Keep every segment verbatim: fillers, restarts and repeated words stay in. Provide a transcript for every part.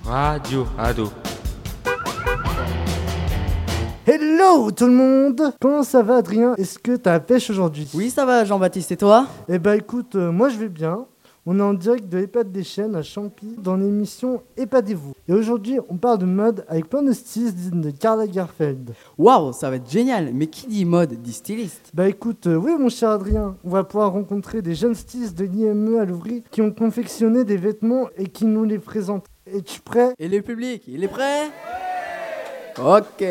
Radio Ado. Hello tout le monde. Comment ça va Adrien? Est-ce que t'as la pêche aujourd'hui? Oui, ça va Jean-Baptiste, et toi? Eh bah écoute, euh, moi je vais bien. On est en direct de EHPAD des Chênes à Champy dans l'émission Épadez-vous. Et aujourd'hui on parle de mode avec plein de stylistes de Karl Lagerfeld. Waouh, ça va être génial. Mais qui dit mode dit styliste. Bah écoute, euh, oui mon cher Adrien, on va pouvoir rencontrer des jeunes stylistes de l'I M E à Louvry qui ont confectionné des vêtements et qui nous les présentent. Es-tu prêt? Et le public, il est prêt? Ok.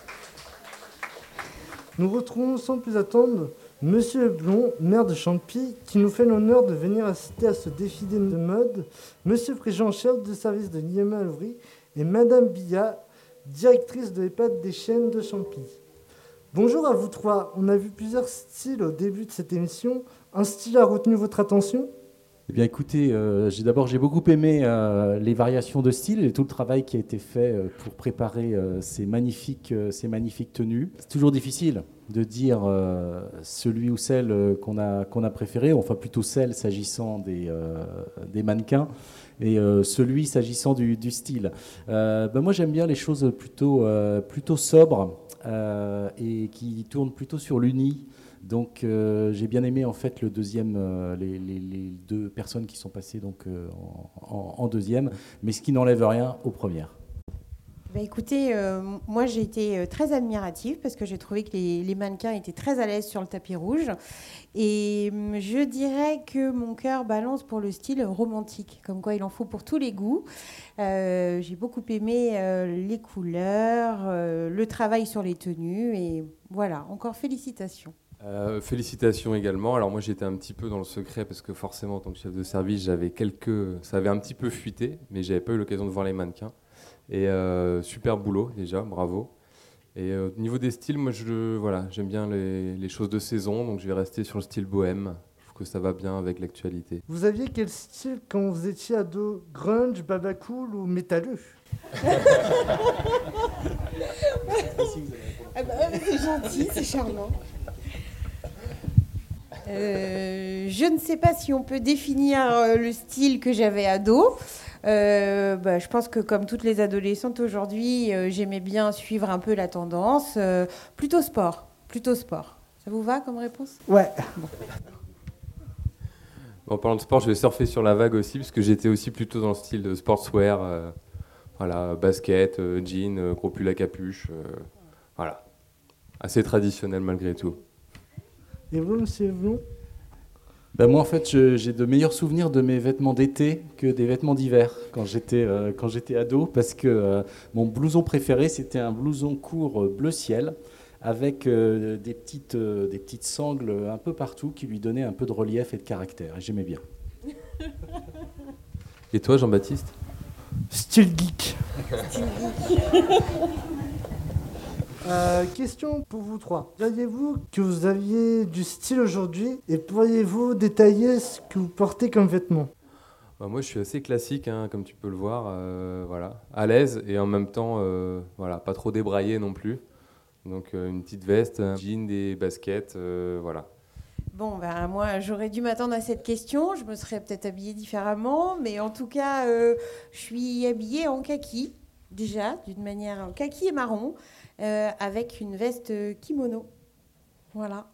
Nous retrouvons sans plus attendre Monsieur Blond, maire de Champy, qui nous fait l'honneur de venir assister à ce défilé de mode, Monsieur Fréjean, chef de service de l'I M E à Louvry, et Madame Billat, directrice de l'EHPAD des Chênes de Champy. Bonjour à vous trois. On a vu plusieurs styles au début de cette émission. Un style a retenu votre attention? Eh bien écoutez, euh, j'ai, d'abord j'ai beaucoup aimé euh, les variations de style et tout le travail qui a été fait euh, pour préparer euh, ces, magnifiques, euh, ces magnifiques tenues. C'est toujours difficile de dire euh, celui ou celle euh, qu'on a, qu'on a préféré, enfin plutôt celle s'agissant des, euh, des mannequins et euh, celui s'agissant du, du style. Euh, ben moi j'aime bien les choses plutôt, euh, plutôt sobres euh, et qui tournent plutôt sur l'uni. Donc euh, j'ai bien aimé en fait le deuxième, euh, les, les, les deux personnes qui sont passées donc, euh, en, en, en deuxième, mais ce qui n'enlève rien aux premières. Bah écoutez, euh, moi j'ai été très admirative parce que j'ai trouvé que les, les mannequins étaient très à l'aise sur le tapis rouge. Et je dirais que mon cœur balance pour le style romantique, comme quoi il en faut pour tous les goûts. Euh, j'ai beaucoup aimé euh, les couleurs, euh, le travail sur les tenues et voilà, encore félicitations. Euh, félicitations également. Alors moi j'étais un petit peu dans le secret parce que forcément en tant que chef de service j'avais quelques, ça avait un petit peu fuité, mais j'avais pas eu l'occasion de voir les mannequins. Et euh, super boulot déjà, bravo. Et euh, au niveau des styles, moi je, voilà, j'aime bien les, les choses de saison, donc je vais rester sur le style bohème. Je trouve que ça va bien avec l'actualité. Vous aviez quel style quand vous étiez ado? Grunge, babacool ou métalleux? Ah bah, c'est gentil, c'est charmant. Euh, je ne sais pas si on peut définir euh, le style que j'avais ado. Euh, bah, je pense que comme toutes les adolescentes aujourd'hui, euh, j'aimais bien suivre un peu la tendance. Euh, plutôt sport, plutôt sport. Ça vous va comme réponse? Ouais. Bon. En parlant de sport, je vais surfer sur la vague aussi, parce que j'étais aussi plutôt dans le style de sportswear. Euh, voilà, basket, euh, jean, euh, gros pull à capuche. Euh, voilà, assez traditionnel malgré tout. Et vous, monsieur Blond? Ben moi en fait je, j'ai de meilleurs souvenirs de mes vêtements d'été que des vêtements d'hiver quand j'étais, euh, quand j'étais ado, parce que euh, mon blouson préféré c'était un blouson court euh, bleu ciel avec euh, des, petites, euh, des petites sangles un peu partout qui lui donnaient un peu de relief et de caractère, et j'aimais bien. Et toi Jean-Baptiste? Style geek. Euh, question pour vous trois. Diriez-vous que vous aviez du style aujourd'hui et pourriez-vous détailler ce que vous portez comme vêtements? Bah moi je suis assez classique, hein, comme tu peux le voir, euh, voilà, à l'aise et en même temps euh, voilà, pas trop débraillé non plus. Donc euh, une petite veste, un jean, des baskets, euh, voilà. Bon, ben, moi, j'aurais dû m'attendre à cette question. Je me serais peut-être habillée différemment. Mais en tout cas, euh, je suis habillée en kaki, déjà, d'une manière kaki et marron, euh, avec une veste kimono. Voilà.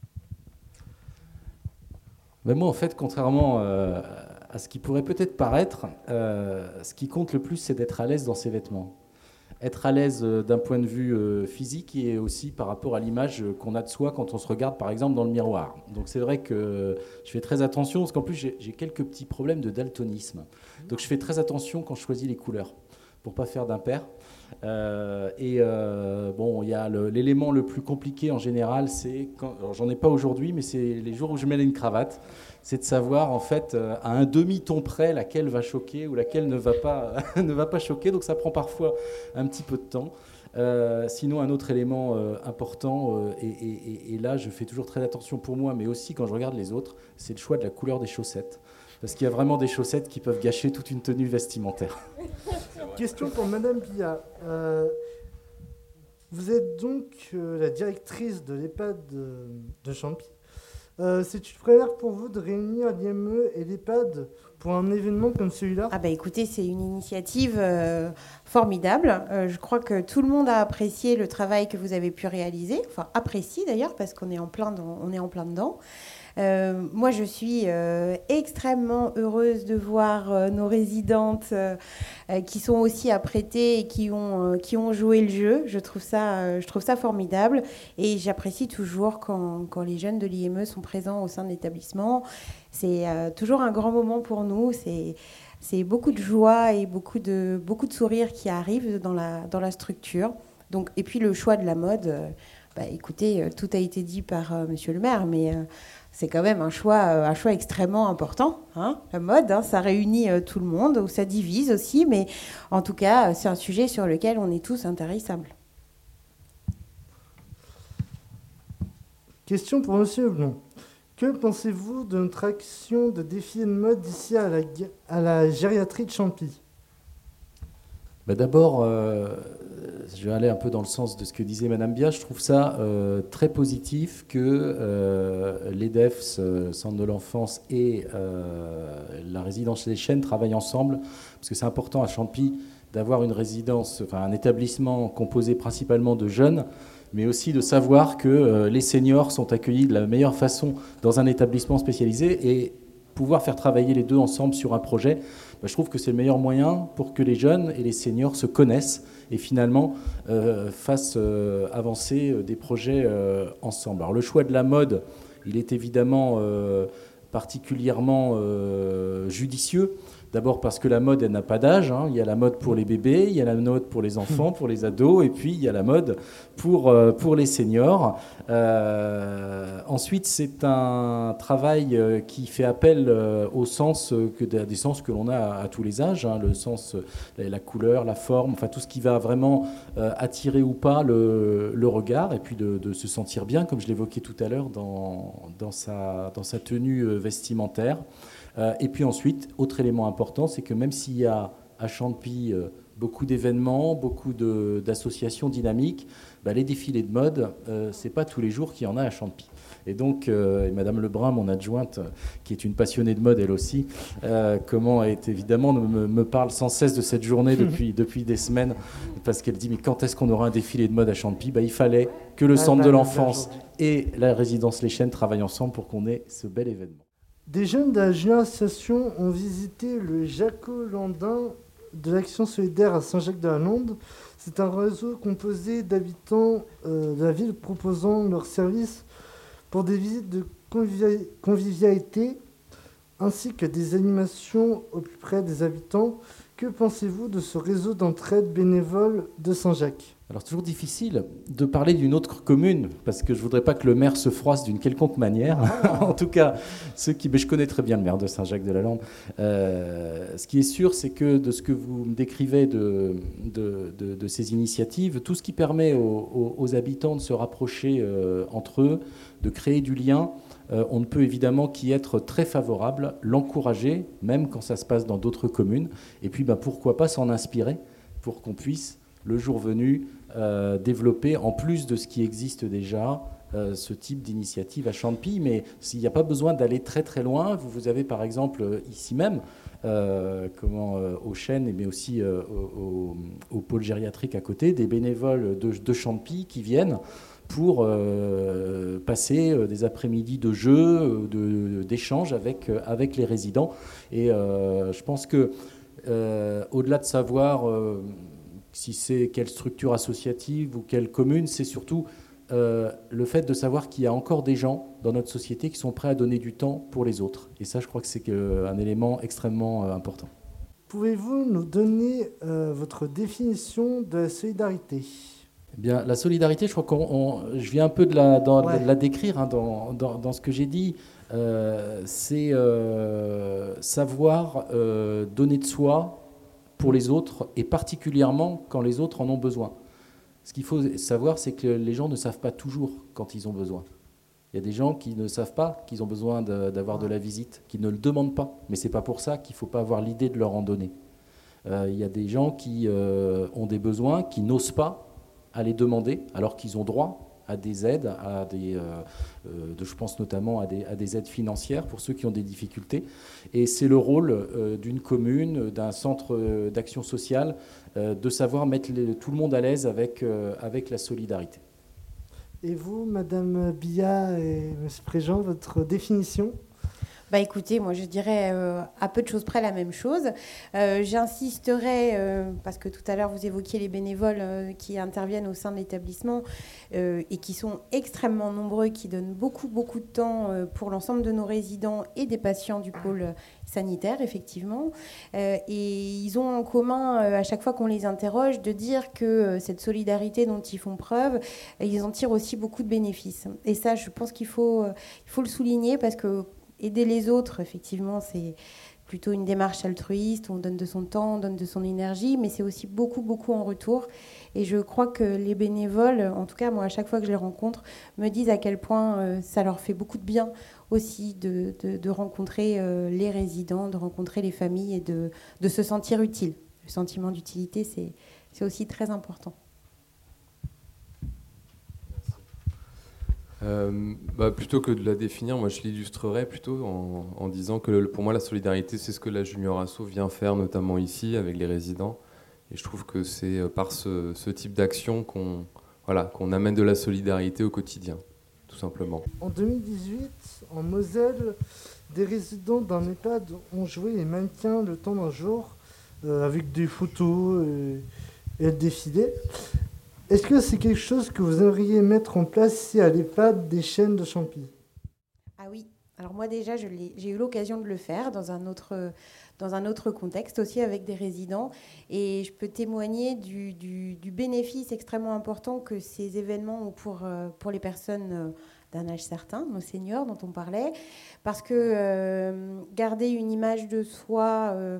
Ben moi en fait contrairement euh, à ce qui pourrait peut-être paraître, euh, ce qui compte le plus c'est d'être à l'aise dans ses vêtements. Être à l'aise d'un point de vue euh, physique et aussi par rapport à l'image qu'on a de soi quand on se regarde par exemple dans le miroir. Donc c'est vrai que je fais très attention parce qu'en plus j'ai, j'ai quelques petits problèmes de daltonisme. Donc je fais très attention quand je choisis les couleurs pour pas faire d'impair. Euh, et euh, bon, il y a le, l'élément le plus compliqué en général, c'est quand, alors j'en ai pas aujourd'hui, mais c'est les jours où je mets une cravate, c'est de savoir en fait euh, à un demi-ton près laquelle va choquer ou laquelle ne va pas ne va pas choquer. Donc ça prend parfois un petit peu de temps. Euh, sinon, un autre élément euh, important, euh, et, et, et là je fais toujours très attention pour moi, mais aussi quand je regarde les autres, c'est le choix de la couleur des chaussettes. Parce qu'il y a vraiment des chaussettes qui peuvent gâcher toute une tenue vestimentaire. Question pour Madame Billat. Euh, vous êtes donc euh, la directrice de l'EHPAD de, de Champy. Euh, c'est une première pour vous de réunir l'I M E et l'EHPAD pour un événement comme celui-là? Ah bah écoutez, c'est une initiative euh, formidable. Euh, je crois que tout le monde a apprécié le travail que vous avez pu réaliser. Enfin, apprécie d'ailleurs, parce qu'on est en plein dans- on est en plein dedans. Euh, moi, je suis euh, extrêmement heureuse de voir euh, nos résidentes euh, euh, qui sont aussi apprêtées et qui ont, euh, qui ont joué le jeu. Je trouve ça, euh, je trouve ça formidable. Et j'apprécie toujours quand, quand les jeunes de l'I M E sont présents au sein de l'établissement. C'est euh, toujours un grand moment pour nous. C'est, c'est beaucoup de joie et beaucoup de, beaucoup de sourires qui arrivent dans la, dans la structure. Donc, et puis le choix de la mode, euh, bah, écoutez, euh, tout a été dit par euh, Monsieur le maire, mais... Euh, c'est quand même un choix, un choix extrêmement important, hein, la mode. Hein, ça réunit euh, tout le monde, ou ça divise aussi, mais en tout cas, c'est un sujet sur lequel on est tous intarissables. Question pour Monsieur Blond. Que pensez-vous de notre action de défilé de mode ici à la, à la gériatrie de Champy? Bah d'abord, euh, je vais aller un peu dans le sens de ce que disait Madame Bia. Je trouve ça euh, très positif que euh, l'E D E F S, euh, Centre de l'enfance, et euh, la résidence Les Chênes travaillent ensemble, parce que c'est important à Champy d'avoir une résidence, enfin un établissement composé principalement de jeunes, mais aussi de savoir que euh, les seniors sont accueillis de la meilleure façon dans un établissement spécialisé, et pouvoir faire travailler les deux ensemble sur un projet, ben, je trouve que c'est le meilleur moyen pour que les jeunes et les seniors se connaissent et finalement euh, fassent euh, avancer euh, des projets euh, ensemble. Alors le choix de la mode, il est évidemment euh, particulièrement euh, judicieux. D'abord parce que la mode, elle n'a pas d'âge. Hein. Il y a la mode pour les bébés, il y a la mode pour les enfants, pour les ados, et puis il y a la mode pour, euh, pour les seniors. Euh, ensuite, c'est un travail euh, qui fait appel euh, au sens que, des sens que l'on a à, à tous les âges, hein, le sens, la, la couleur, la forme, enfin tout ce qui va vraiment euh, attirer ou pas le, le regard, et puis de, de se sentir bien, comme je l'évoquais tout à l'heure, dans, dans, sa, dans sa tenue vestimentaire. Euh, et puis ensuite, autre élément important, c'est que même s'il y a à Champy euh, beaucoup d'événements, beaucoup de, d'associations dynamiques, bah, les défilés de mode, euh, c'est pas tous les jours qu'il y en a à Champy. Et donc, euh, et Madame Lebrun, mon adjointe, qui est une passionnée de mode elle aussi, euh, comment est évidemment me, me parle sans cesse de cette journée depuis, depuis des semaines, parce qu'elle dit mais quand est-ce qu'on aura un défilé de mode à Champy? Bah, il fallait que le ah, centre bah, de l'enfance et la résidence Les Chênes travaillent ensemble pour qu'on ait ce bel événement. Des jeunes de la génération ont visité le Jaco-Landin de l'Action solidaire à Saint-Jacques-de-la-Lande. C'est un réseau composé d'habitants euh, de la ville proposant leurs services pour des visites de convivi- convivialité ainsi que des animations au plus près des habitants. Que pensez-vous de ce réseau d'entraide bénévole de Saint-Jacques ? Alors, toujours difficile de parler d'une autre commune, parce que je ne voudrais pas que le maire se froisse d'une quelconque manière. Ah. En tout cas, ceux qui, mais je connais très bien le maire de Saint-Jacques-de-la-Lande. Euh, ce qui est sûr, c'est que de ce que vous me décrivez de, de, de, de ces initiatives, tout ce qui permet aux, aux, aux habitants de se rapprocher euh, entre eux, de créer du lien, euh, on ne peut évidemment qu'y être très favorable, l'encourager, même quand ça se passe dans d'autres communes, et puis ben, pourquoi pas s'en inspirer pour qu'on puisse, le jour venu, euh, développer, en plus de ce qui existe déjà, euh, ce type d'initiative à Champy. Mais s'il n'y a pas besoin d'aller très très loin, vous, vous avez par exemple ici même, euh, comment, euh, aux Chênes, mais aussi euh, au, au, au pôle gériatrique à côté, des bénévoles de, de Champy qui viennent pour euh, passer euh, des après-midi de jeux, de, d'échanges avec, euh, avec les résidents. Et euh, je pense que, euh, au-delà de savoir... Euh, si c'est quelle structure associative ou quelle commune, c'est surtout euh, le fait de savoir qu'il y a encore des gens dans notre société qui sont prêts à donner du temps pour les autres. Et ça, je crois que c'est un élément extrêmement euh, important. Pouvez-vous nous donner euh, votre définition de la solidarité ? Eh bien, la solidarité, je crois qu'on, on, je viens un peu de la, dans, ouais. de la décrire hein, dans, dans, dans ce que j'ai dit. Euh, c'est euh, savoir euh, donner de soi pour les autres, et particulièrement quand les autres en ont besoin. Ce qu'il faut savoir, c'est que les gens ne savent pas toujours quand ils ont besoin. Il y a des gens qui ne savent pas qu'ils ont besoin de, d'avoir de la visite, qui ne le demandent pas. Mais ce n'est pas pour ça qu'il ne faut pas avoir l'idée de leur en donner. Euh, il y a des gens qui euh, ont des besoins, qui n'osent pas aller demander, alors qu'ils ont droit à des aides, à des, euh, euh, de, je pense notamment à des, à des aides financières pour ceux qui ont des difficultés. Et c'est le rôle euh, d'une commune, d'un centre d'action sociale, euh, de savoir mettre les, tout le monde à l'aise avec, euh, avec la solidarité. Et vous, Madame Billat et Monsieur Préjean, votre définition ? Bah écoutez, moi je dirais euh, à peu de choses près la même chose. Euh, j'insisterai, euh, parce que tout à l'heure vous évoquiez les bénévoles euh, qui interviennent au sein de l'établissement euh, et qui sont extrêmement nombreux, qui donnent beaucoup beaucoup de temps euh, pour l'ensemble de nos résidents et des patients du pôle sanitaire, effectivement. Euh, et ils ont en commun, euh, à chaque fois qu'on les interroge, de dire que euh, cette solidarité dont ils font preuve, euh, ils en tirent aussi beaucoup de bénéfices. Et ça, je pense qu'il faut, euh, il faut le souligner parce que aider les autres, effectivement, c'est plutôt une démarche altruiste. On donne de son temps, on donne de son énergie, mais c'est aussi beaucoup, beaucoup en retour. Et je crois que les bénévoles, en tout cas, moi, à chaque fois que je les rencontre, me disent à quel point euh, ça leur fait beaucoup de bien aussi de, de, de rencontrer euh, les résidents, de rencontrer les familles et de, de se sentir utile. Le sentiment d'utilité, c'est, c'est aussi très important. Euh, bah, plutôt que de la définir, moi je l'illustrerais plutôt en, en disant que le, pour moi la solidarité c'est ce que la Junior Asso vient faire notamment ici avec les résidents, et je trouve que c'est par ce, ce type d'action qu'on, voilà, qu'on amène de la solidarité au quotidien, tout simplement. En deux mille dix-huit, en Moselle, des résidents d'un EHPAD ont joué les mannequins le temps d'un jour euh, avec des photos et, et le défilé. Est-ce que c'est quelque chose que vous aimeriez mettre en place ici à l'EHPAD des Chênes de Champy ? Ah oui, alors moi déjà, je l'ai, j'ai eu l'occasion de le faire dans un autre, dans un autre contexte, aussi avec des résidents. Et je peux témoigner du, du, du bénéfice extrêmement important que ces événements ont pour, pour les personnes d'un âge certain, nos seniors dont on parlait. Parce que euh, garder une image de soi... Euh,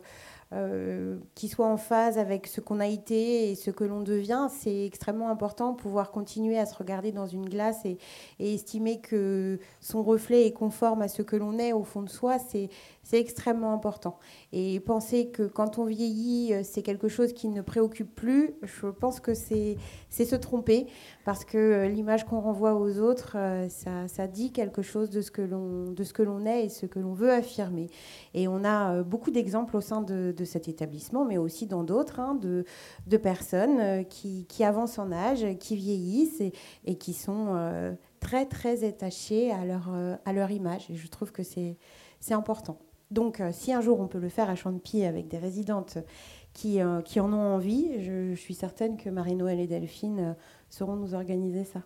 Euh, qui soit en phase avec ce qu'on a été et ce que l'on devient, c'est extrêmement important. Pouvoir continuer à se regarder dans une glace et, et estimer que son reflet est conforme à ce que l'on est au fond de soi, c'est, c'est extrêmement important. Et penser que quand on vieillit, c'est quelque chose qui ne préoccupe plus, je pense que c'est, c'est se tromper, parce que l'image qu'on renvoie aux autres, ça, ça dit quelque chose de ce que l'on, de ce que l'on est et ce que l'on veut affirmer. Et on a beaucoup d'exemples au sein de, de cet établissement, mais aussi dans d'autres, hein, de, de personnes qui, qui avancent en âge, qui vieillissent et, et qui sont euh, très, très attachées à leur, euh, à leur image. Et je trouve que c'est, c'est important. Donc, euh, si un jour on peut le faire à Champy avec des résidentes qui, euh, qui en ont envie, je, je suis certaine que Marie-Noël et Delphine euh, sauront nous organiser ça.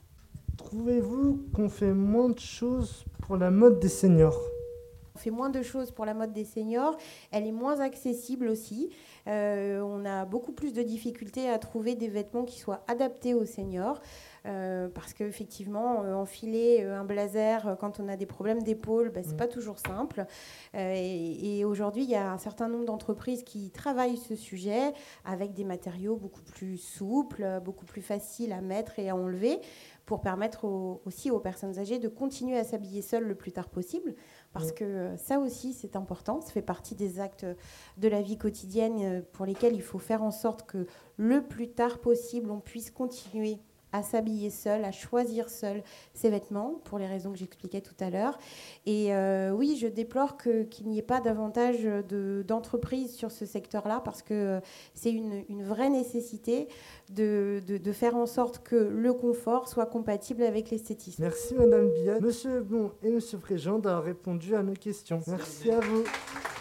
Trouvez-vous qu'on fait moins de choses pour la mode des seniors ? On fait moins de choses pour la mode des seniors. Elle est moins accessible aussi. Euh, on a beaucoup plus de difficultés à trouver des vêtements qui soient adaptés aux seniors. Euh, parce qu'effectivement, euh, enfiler un blazer euh, quand on a des problèmes d'épaule, ben, c'est mmh. pas toujours simple. Euh, et, et aujourd'hui, il y a un certain nombre d'entreprises qui travaillent ce sujet avec des matériaux beaucoup plus souples, beaucoup plus faciles à mettre et à enlever, pour permettre aux, aussi aux personnes âgées de continuer à s'habiller seules le plus tard possible. Parce que ça aussi, c'est important. Ça fait partie des actes de la vie quotidienne pour lesquels il faut faire en sorte que le plus tard possible, on puisse continuer à s'habiller seul, à choisir seul ses vêtements, pour les raisons que j'expliquais tout à l'heure. Et euh, oui, je déplore que, qu'il n'y ait pas davantage de, d'entreprises sur ce secteur-là, parce que c'est une, une vraie nécessité de, de, de faire en sorte que le confort soit compatible avec l'esthétisme. Merci Madame Billat, Monsieur Blond et Monsieur Préjean d'avoir répondu à nos questions. Merci à vous.